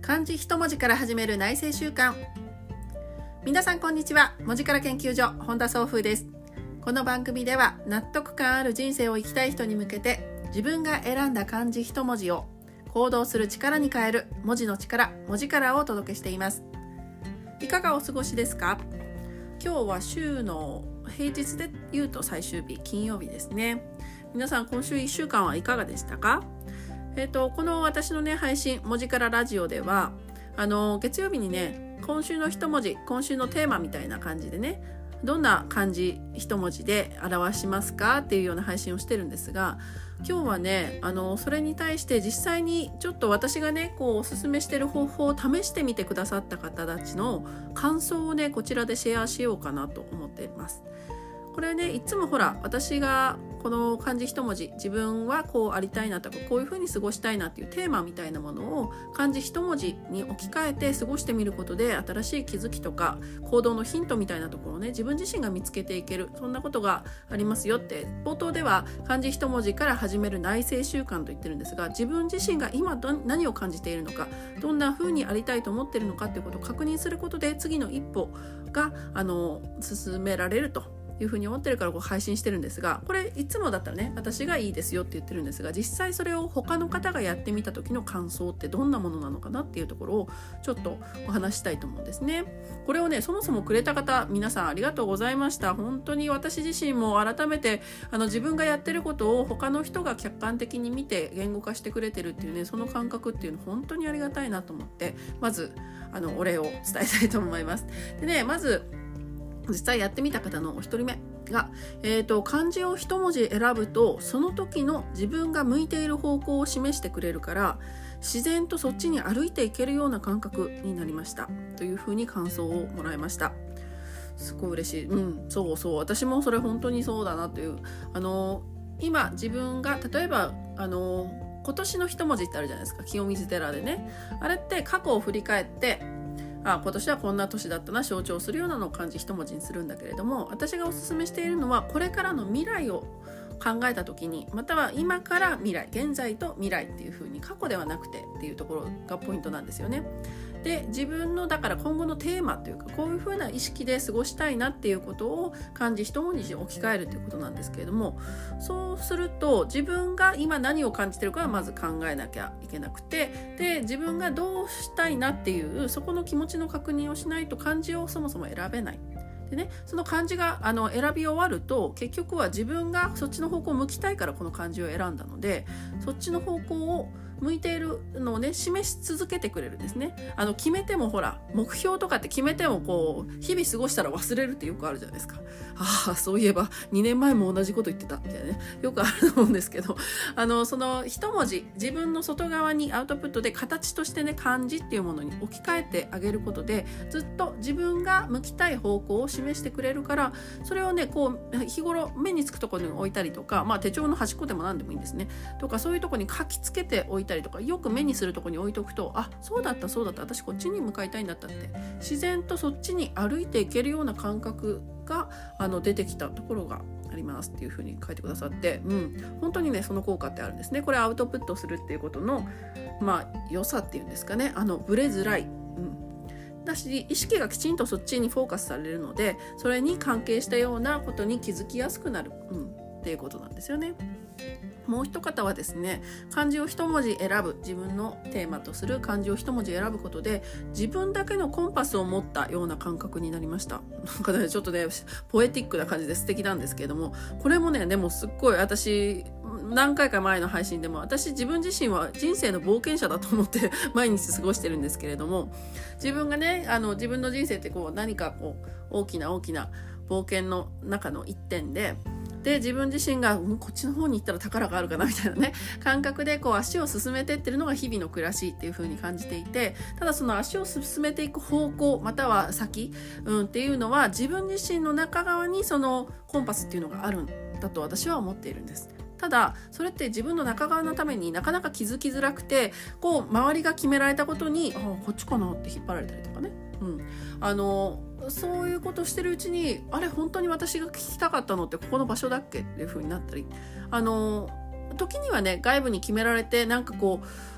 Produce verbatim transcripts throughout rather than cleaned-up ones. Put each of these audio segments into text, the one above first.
漢字一文字から始める内省習慣。皆さんこんにちは。文字から研究所本田宗風です。この番組では納得感ある人生を生きたい人に向けて、自分が選んだ漢字一文字を行動する力に変える文字の力、文字からをお届けしています。いかがお過ごしですか？今日は週の平日で言うと最終日、金曜日ですね。皆さん今週いっしゅうかんはいかがでしたか？えーと、この私のね配信文字からラジオではあの月曜日にね今週の一文字、今週のテーマみたいな感じでね、どんな漢字一文字で表しますかっていうような配信をしてるんですが、今日はねあのそれに対して実際にちょっと私がねこうおすすめしてる方法を試してみてくださった方たちの感想をねこちらでシェアしようかなと思っています。これねいつもほら私がこの漢字一文字、自分はこうありたいなとかこういうふうに過ごしたいなっていうテーマみたいなものを漢字一文字に置き換えて過ごしてみることで、新しい気づきとか行動のヒントみたいなところをね自分自身が見つけていける、そんなことがありますよって。冒頭では漢字一文字から始める内省習慣と言ってるんですが、自分自身が今ど何を感じているのか、どんなふうにありたいと思っているのかっていうことを確認することで、次の一歩があの進められるというふうに思ってるからこう配信してるんですが、これいつもだったらね私がいいですよって言ってるんですが、実際それを他の方がやってみた時の感想ってどんなものなのかなっていうところをちょっとお話したいと思うんですね。これをねそもそもくれた方、皆さんありがとうございました。本当に私自身も改めてあの自分がやってることを他の人が客観的に見て言語化してくれてるっていうね、その感覚っていうの本当にありがたいなと思って、まずあのお礼を伝えたいと思います。でね、まず実際やってみた方のお一人目が、えーと、漢字を一文字選ぶとその時の自分が向いている方向を示してくれるから、自然とそっちに歩いていけるような感覚になりましたというふうに感想をもらいました。すごい嬉しい。うん、そうそう、私もそれ本当にそうだなという。あの今自分が例えばあの今年の一文字ってあるじゃないですか、清水寺でね。あれって過去を振り返ってあ今年はこんな年だったな、象徴するようなのを漢字一文字にするんだけれども、私がおすすめしているのはこれからの未来を考えた時に、または今から未来、現在と未来っていう風に過去ではなくてっていうところがポイントなんですよね。で自分のだから今後のテーマというか、こういう風な意識で過ごしたいなっていうことを漢字一文字に置き換えるということなんですけれども、そうすると自分が今何を感じてるかはまず考えなきゃいけなくて、で自分がどうしたいなっていうそこの気持ちの確認をしないと漢字をそもそも選べない。でね、その漢字があの選び終わると結局は自分がそっちの方向を向きたいからこの漢字を選んだので、そっちの方向を向いているのをね示し続けてくれるんですね。あの決めてもほら目標とかって決めてもこう日々過ごしたら忘れるってよくあるじゃないですか。ああそういえばにねんまえも同じこと言ってたみたいなね、よくあると思うんですけど、あのその一文字自分の外側にアウトプットで形としてね漢字っていうものに置き換えてあげることで、ずっと自分が向きたい方向を示してくれるから、それをねこう日頃目につくところに置いたりとか、まあ手帳の端っこでも何でもいいんですねとか、そういうところに書きつけておいたりとか、よく目にするところに置いとくと、あそうだったそうだった、私こっちに向かいたいんだったって、自然とそっちに歩いていけるような感覚があの出てきたところがありますっていう風に書いてくださって、うん、本当にねその効果ってあるんですね。これアウトプットするっていうことのまあ良さっていうんですかね、あのブレづらい、うんだし、意識がきちんとそっちにフォーカスされるので、それに関係したようなことに気づきやすくなる、うん、っていうことなんですよね。もう一方はですね、漢字を一文字選ぶ、自分のテーマとする漢字を一文字選ぶことで自分だけのコンパスを持ったような感覚になりました。なんかねちょっとねポエティックな感じで素敵なんですけれども、これもねでもすっごい私何回か前の配信でも、私自分自身は人生の冒険者だと思って毎日過ごしてるんですけれども、自分がねあの自分の人生ってこう何かこう大きな大きな冒険の中の一点で、で自分自身が、うん、こっちの方に行ったら宝があるかなみたいなね感覚でこう足を進めてってるのが日々の暮らしっていう風に感じていて、ただその足を進めていく方向または先、うん、っていうのは自分自身の中側にそのコンパスっていうのがあるんだと私は思っているんです。ただそれって自分の中側のためになかなか気づきづらくて、こう周りが決められたことにあこっちかなって引っ張られたりとかね、うん、あのそういうことをしてるうちに、あれ本当に私が聞きたかったのってここの場所だっけっていう風になったり、あの時にはね外部に決められてなんかこう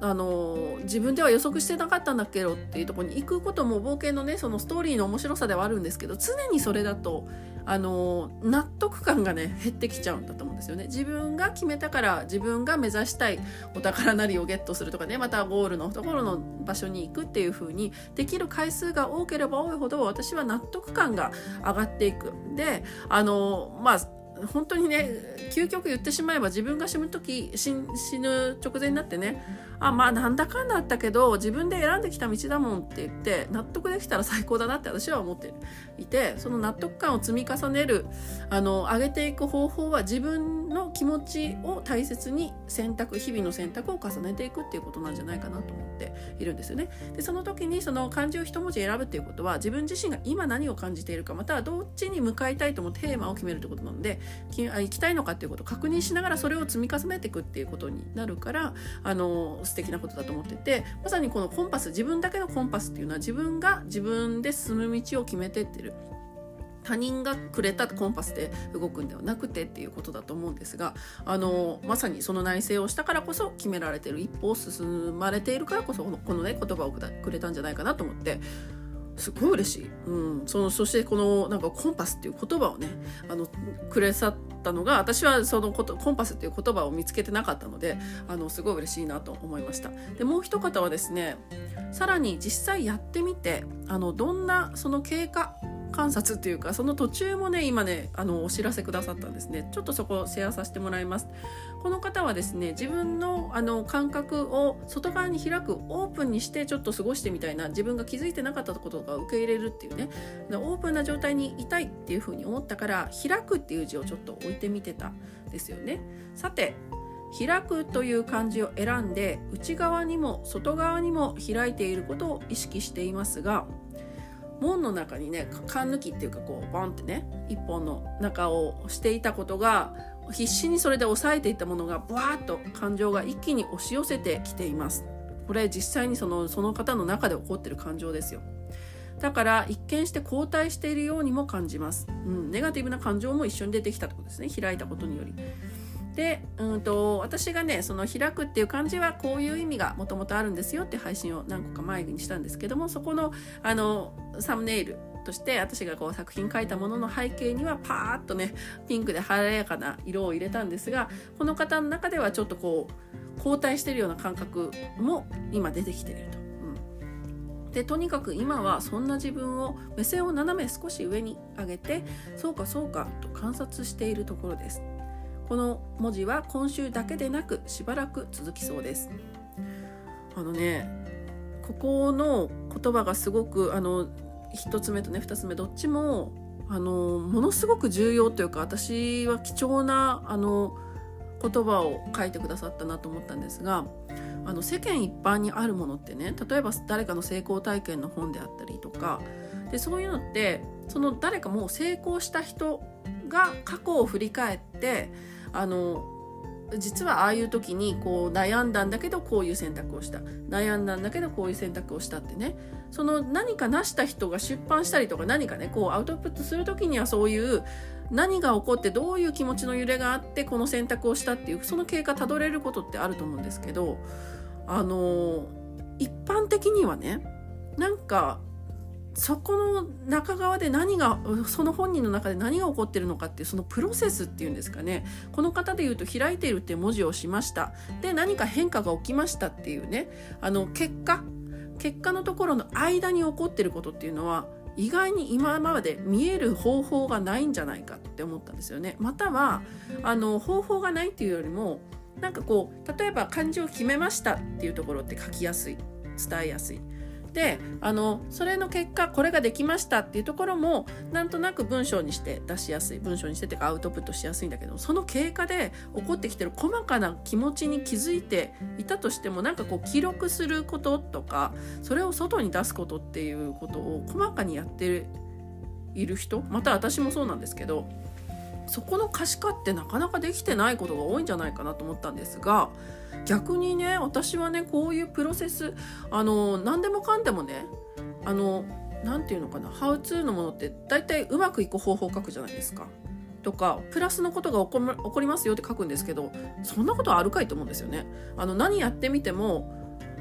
あの自分では予測してなかったんだけどっていうところに行くことも冒険のねそのストーリーの面白さではあるんですけど、常にそれだとあの納得感がね減ってきちゃうんだと思うんですよね。自分が決めたから自分が目指したいお宝なりをゲットするとかね、またゴールのところの場所に行くっていう風にできる回数が多ければ多いほど私は納得感が上がっていく。であのまあ本当にね究極言ってしまえば自分が死ぬ時死ぬ直前になってね、あまあなんだかんだあったけど自分で選んできた道だもんって言って納得できたら最高だなって私は思っていて、その納得感を積み重ねるあの上げていく方法は自分の気持ちを大切に選択日々の選択を重ねていくっていうことなんじゃないかなと思っているんですよね。でその時にその漢字を一文字選ぶっていうことは自分自身が今何を感じているか、またはどっちに向かいたいと思うテーマを決めるってことなので、行きたいのかっていうことを確認しながらそれを積み重ねていくっていうことになるから、あの素敵なことだと思ってて、まさにこのコンパス、自分だけのコンパスっていうのは自分が自分で進む道を決めてってる、他人がくれたコンパスで動くんではなくてっていうことだと思うんですが、あのまさにその内省をしたからこそ決められている、一歩を進まれているからこそこの、このね言葉をくれたんじゃないかなと思って、すごい嬉しい、うん、そのそしてこのなんかコンパスっていう言葉をねあのくれさったのが、私はそのことコンパスっていう言葉を見つけてなかったので、あのすごい嬉しいなと思いました。でもう一方はですね、さらに実際やってみてあのどんなその経過観察っていうかその途中もね今ねあのお知らせくださったんですね。ちょっとそこをシェアさせてもらいます。この方はですね、自分のあの感覚を外側に開く、オープンにしてちょっと過ごしてみたいな、自分が気づいてなかったことが受け入れるっていうね、オープンな状態にいたいっていうふうに思ったから開くっていう字をちょっと置いてみてたんですよね。さて開くという漢字を選んで内側にも外側にも開いていることを意識していますが、門の中にね缶抜きっていうかこうバンってね一本の中をしていたことが必死にそれで抑えていたものがブワーッと感情が一気に押し寄せてきています。これ実際にその、その方の中で起こっている感情ですよ。だから一見して後退しているようにも感じます、うん、ネガティブな感情も一緒に出てきたってことですね、開いたことにより。で、うんと私がねその開くっていう漢字はこういう意味がもともとあるんですよって配信を何個か前にしたんですけども、そこのあのサムネイルとして私がこう作品書いたものの背景にはパーッとねピンクで華やかな色を入れたんですが、この方の中ではちょっとこう後退してるような感覚も今出てきていると、うん、でとにかく今はそんな自分を目線を斜め少し上に上げてそうかそうかと観察しているところです。この文字は今週だけでなくしばらく続きそうです。あのねここの言葉がすごくあの一つ目とね二つ目どっちもあのものすごく重要というか、私は貴重なあの言葉を書いてくださったなと思ったんですが、あの世間一般にあるものってね、例えば誰かの成功体験の本であったりとかで、そういうのってその誰かもう成功した人が過去を振り返ってあの実はああいう時にこう悩んだんだけどこういう選択をした、悩んだんだけどこういう選択をしたってね、その何か成した人が出版したりとか何かねこうアウトプットする時にはそういう何が起こってどういう気持ちの揺れがあってこの選択をしたっていうその経過たどれることってあると思うんですけど、あの一般的にはねなんかそこの中側で何がその本人の中で何が起こってるのかっていうそのプロセスっていうんですかね、この方で言うと開いているっていう文字をしました、で何か変化が起きましたっていうね、あの結果結果のところの間に起こってることっていうのは意外に今まで見える方法がないんじゃないかって思ったんですよね。またはあの方法がないっていうよりもなんかこう例えば漢字を決めましたっていうところって書きやすい、伝えやすいで、あのそれの結果これができましたっていうところもなんとなく文章にして出しやすい、文章にしてってかアウトプットしやすいんだけど、その経過で起こってきてる細かな気持ちに気づいていたとしてもなんかこう記録することとかそれを外に出すことっていうことを細かにやっている人、また私もそうなんですけど、そこの可視化ってなかなかできてないことが多いんじゃないかなと思ったんですが、逆にね私はねこういうプロセスあの何でもかんでもねあのなんていうのかなハウツーのものって大体うまくいく方法を書くじゃないですか、とかプラスのことが起こ、起こりますよって書くんですけど、そんなことあるかいと思うんですよね。あの何やってみても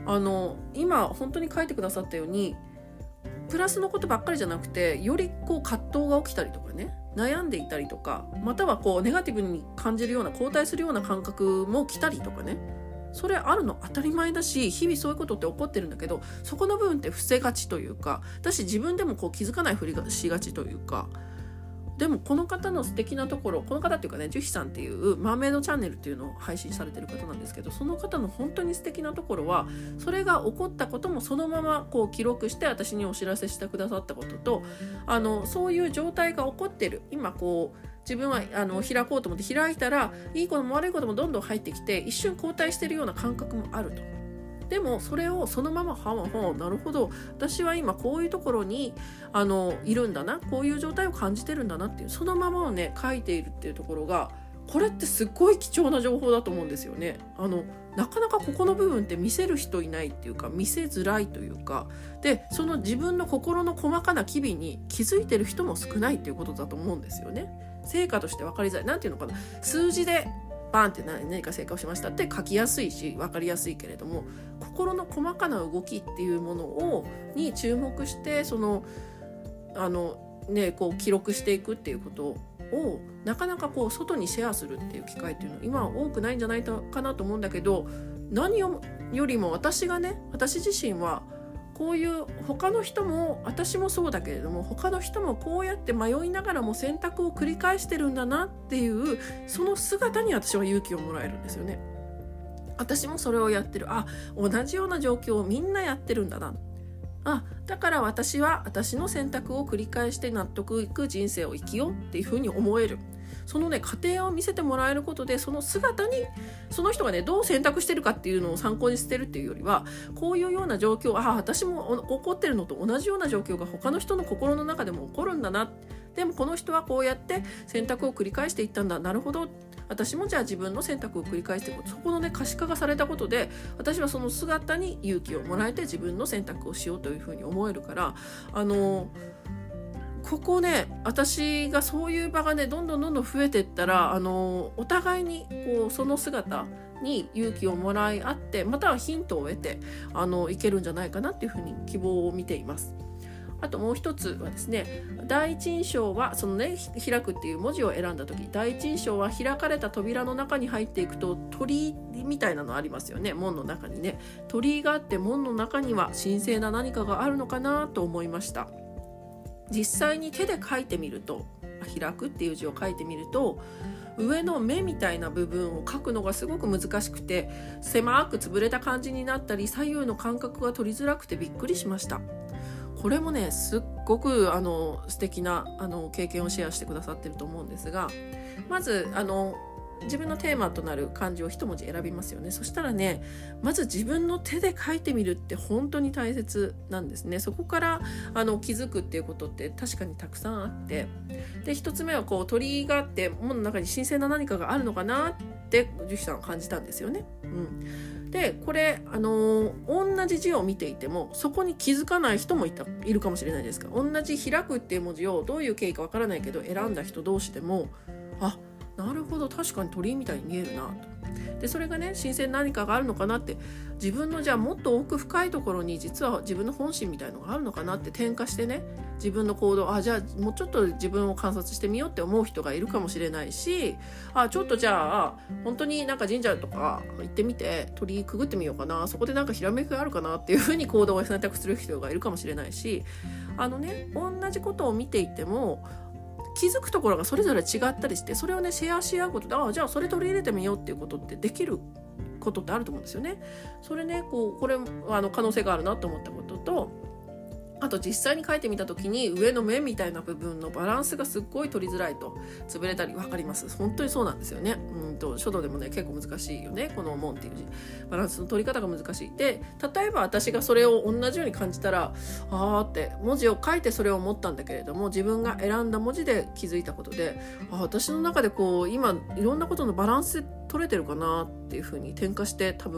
あの今本当に書いてくださったようにプラスのことばっかりじゃなくて、よりこう葛藤が起きたりとかね、悩んでいたりとか、またはこうネガティブに感じるような、後退するような感覚も来たりとかね、それあるの当たり前だし、日々そういうことって起こってるんだけど、そこの部分って伏せがちというか、だし自分でもこう気づかないふりがしがちというか。でもこの方の素敵なところ、この方っていうかね、ジュヒさんっていうマーメイドチャンネルっていうのを配信されてる方なんですけど、その方の本当に素敵なところは、それが起こったこともそのままこう記録して私にお知らせしてくださったことと、あのそういう状態が起こってる、今こう自分はあの開こうと思って開いたら、いいことも悪いこともどんどん入ってきて、一瞬後退してるような感覚もあると。でもそれをそのままははなるほど、私は今こういうところにあのいるんだな、こういう状態を感じてるんだなっていう、そのままをね書いているっていうところが、これってすっごい貴重な情報だと思うんですよね。あのなかなかここの部分って見せる人いないっていうか、見せづらいというかで、その自分の心の細かな機微に気づいてる人も少ないっていうことだと思うんですよね。成果として分かりづらい、なんていうのかな、数字でバーンって何か成果をしましたって書きやすいし分かりやすいけれども、心の細かな動きっていうものをに注目して、そのあのねこう記録していくっていうことをなかなかこう外にシェアするっていう機会っていうのは今は多くないんじゃないかなと思うんだけど、何よりも私がね私自身はこういう他の人も、私もそうだけれども他の人もこうやって迷いながらも選択を繰り返してるんだなっていう、その姿に私は勇気をもらえるんですよね。私もそれをやってる、あ、同じような状況をみんなやってるんだな、あ、だから私は私の選択を繰り返して納得いく人生を生きようっていうふうに思える。そのね過程を見せてもらえることで、その姿にその人がねどう選択してるかっていうのを参考にしてるっていうよりは、こういうような状況、あ、私も起こってるのと同じような状況が他の人の心の中でも起こるんだな、でもこの人はこうやって選択を繰り返していったんだ、なるほど、私もじゃあ自分の選択を繰り返していく、そこのね可視化がされたことで、私はその姿に勇気をもらえて自分の選択をしようというふうに思えるから、あのここね、私がそういう場がねどんどんどんどん増えていったら、あのお互いにこうその姿に勇気をもらい合って、またはヒントを得てあのいけるんじゃないかなっていうふうに希望を見ています。あともう一つはですね、第一印象はそのね開くっていう文字を選んだ時、第一印象は開かれた扉の中に入っていくと鳥居みたいなのありますよね。門の中にね鳥居があって、門の中には神聖な何かがあるのかなと思いました。実際に手で書いてみると、開くっていう字を書いてみると、上の目みたいな部分を書くのがすごく難しくて、狭く潰れた感じになったり、左右の感覚が取りづらくてびっくりしました。これもねすっごくあの素敵なあの経験をシェアしてくださってると思うんですが、まずあの自分のテーマとなる漢字を一文字選びますよね。そしたらね、まず自分の手で書いてみるって本当に大切なんですね。そこからあの気づくっていうことって確かにたくさんあって、で一つ目はこう鳥居があって門の中に神聖な何かがあるのかなってジュヒさんは感じたんですよね。うん、でこれあのー、同じ字を見ていてもそこに気づかない人もいたいるかもしれないですが、同じ開くっていう文字をどういう経緯かわからないけど選んだ人同士でも、あ、なるほど、確かに鳥居みたいに見えるなと。でそれがね神聖な何かがあるのかなって、自分のじゃあもっと奥深いところに実は自分の本心みたいのがあるのかなって転化してね、自分の行動、あ、じゃあもうちょっと自分を観察してみようって思う人がいるかもしれないし、あ、ちょっとじゃあ本当になんか神社とか行ってみて鳥居くぐってみようかな、そこでなんかひらめきがあるかなっていうふうに行動を選択する人がいるかもしれないし、あのね同じことを見ていても気づくところがそれぞれ違ったりして、それをねシェアし合うことで、あ、じゃあそれ取り入れてみようっていうことってできることってあると思うんですよね。それねこうこれあの可能性があるなと思ったことと、あと実際に書いてみた時に上の目みたいな部分のバランスがすっごい取りづらいと、潰れたり分かります。本当にそうなんですよね。うんと書道でもね結構難しいよね、この門っていう字、バランスの取り方が難しい。で例えば私がそれを同じように感じたら、あーって文字を書いてそれを思ったんだけれども、自分が選んだ文字で気づいたことで、あ、私の中でこう今いろんなことのバランスで取れてるかなっていう風に転化して多分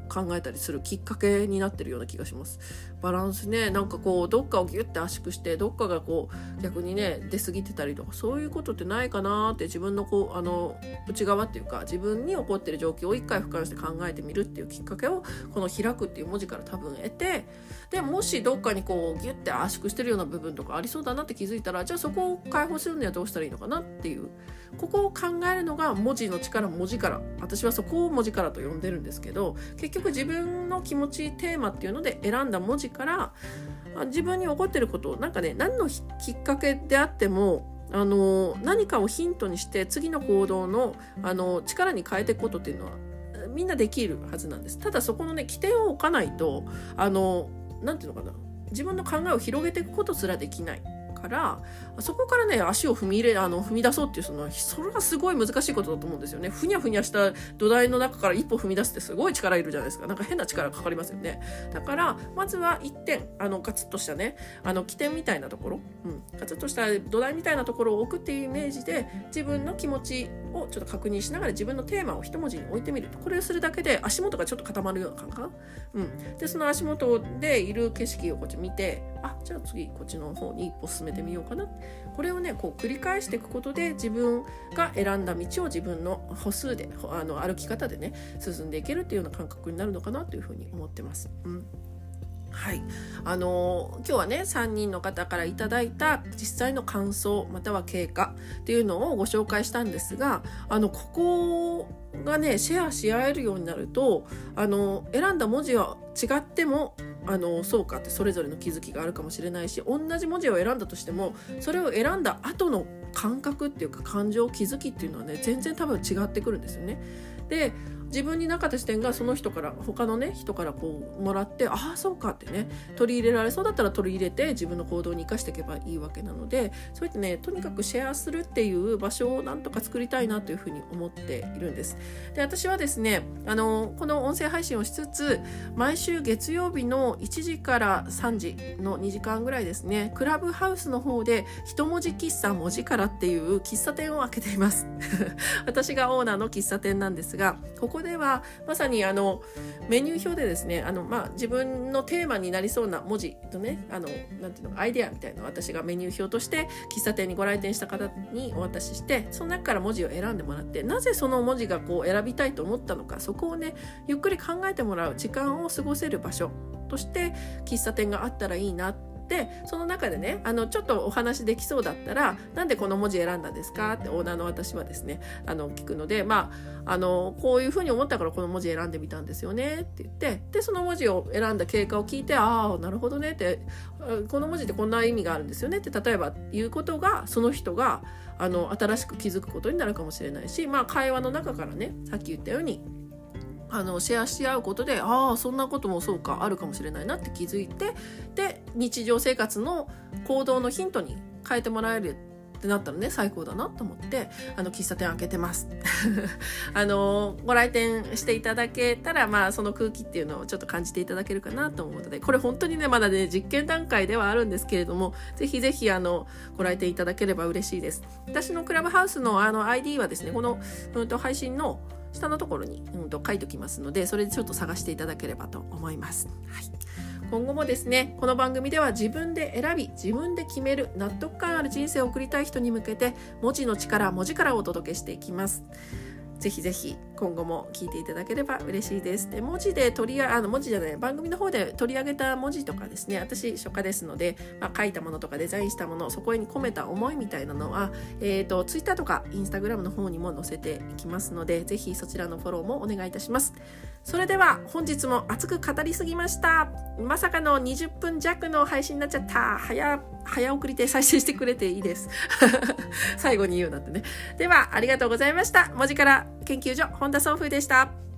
考えたりするきっかけになってるような気がします。バランスね、なんかこうどっかをギュッて圧縮してどっかがこう逆にね出過ぎてたりとか、そういうことってないかなって、自分のこうあの内側っていうか自分に起こってる状況を一回俯瞰して考えてみるっていうきっかけをこの開くっていう文字から多分得て、でもしどっかにこうギュッて圧縮してるような部分とかありそうだなって気づいたら、じゃあそこを解放するにはどうしたらいいのかなっていう、ここを考えるのが文字の力、文字から、私はそこを文字からと呼んでるんですけど、結局自分の気持ちテーマっていうので選んだ文字から自分に起こってることをなんかね、何のきっかけであってもあの何かをヒントにして次の行動のあの力に変えていくことっていうのはみんなできるはずなんです。ただそこのね起点を置かないと、あのなんていうのかな、自分の考えを広げていくことすらできないから、そこからね足を踏み入れあの踏み出そうっていう、そのそれはすごい難しいことだと思うんですよね。ふにゃふにゃした土台の中から一歩踏み出すってすごい力いるじゃないですか。なんか変な力かかりますよね。だからまずは一点あのガツッとしたねあの起点みたいなところ、うん、ガツッとした土台みたいなところを置くっていうイメージで自分の気持ちをちょっと確認しながら自分のテーマを一文字に置いてみる。これをするだけで足元がちょっと固まるような感覚、うん、でその足元でいる景色をこっち見て、あ、じゃあ次こっちの方に一歩進めてみようかな。これをねこう繰り返していくことで自分が選んだ道を自分の歩数であの歩き方でね進んでいけるっていうような感覚になるのかなというふうに思ってます。うん、はい、あのー、今日はねさんにんの方からいただいた実際の感想または経過っていうのをご紹介したんですが、あのここがねシェアし合えるようになると、あの選んだ文字は違ってもあのそうかってそれぞれの気づきがあるかもしれないし、同じ文字を選んだとしてもそれを選んだ後の感覚っていうか感情気づきっていうのはね全然多分違ってくるんですよね。で自分になかった視点がその人から他のね人からこうもらって、ああそうかってね取り入れられそうだったら取り入れて自分の行動に生かしていけばいいわけなので、そうやってねとにかくシェアするっていう場所をなんとか作りたいなというふうに思っているんです。で私はですねあのこの音声配信をしつつ毎週月曜日のいちじからさんじのにじかんぐらいですね、クラブハウスの方で一文字喫茶文字からっていう喫茶店を開けています私がオーナーの喫茶店なんですが、ここではまさにあのメニュー表でですねあの、まあ、自分のテーマになりそうな文字とねあのなんていうのアイデアみたいなのを私がメニュー表として喫茶店にご来店した方にお渡しして、その中から文字を選んでもらって、なぜその文字がこう選びたいと思ったのか、そこをねゆっくり考えてもらう時間を過ごせる場所として喫茶店があったらいいなって。でその中でねあのちょっとお話できそうだったら、なんでこの文字選んだんですかってオーナーの私はですねあの聞くので、まああのこういうふうに思ったからこの文字選んでみたんですよねって言って、でその文字を選んだ経過を聞いて、ああなるほどねって、この文字ってこんな意味があるんですよねって例えば言うことが、その人があの新しく気づくことになるかもしれないし、まあ会話の中からねさっき言ったようにあのシェアし合うことで、ああそんなこともそうかあるかもしれないなって気づいて、で日常生活の行動のヒントに変えてもらえるってなったらね最高だなと思ってあの喫茶店開けてますあのご来店していただけたら、まあその空気っていうのをちょっと感じていただけるかなと思うので、これ本当にねまだね実験段階ではあるんですけれども、ぜひぜひあのご来店いただければ嬉しいです。私のクラブハウスのあの アイディー はですねこの、うん、と配信の下のところに、うん、と書いておきますので、それでちょっと探していただければと思います。はい、今後もですねこの番組では自分で選び自分で決める納得感ある人生を送りたい人に向けて文字の力文字からお届けしていきます。ぜひぜひ今後も聞いていただければ嬉しいです。で文字で取りあの文字じゃない番組の方で取り上げた文字とかですね、私書家ですので、まあ、書いたものとかデザインしたもの、そこに込めた思いみたいなのは、えーと、ツイッターとかインスタグラムの方にも載せていきますので、ぜひそちらのフォローもお願いいたします。それでは本日も熱く語りすぎました。まさかのにじゅっぷん弱の配信になっちゃった。早早送りで再生してくれていいです最後に言うなんてね。ではありがとうございました。文字から研究所本田総風でした。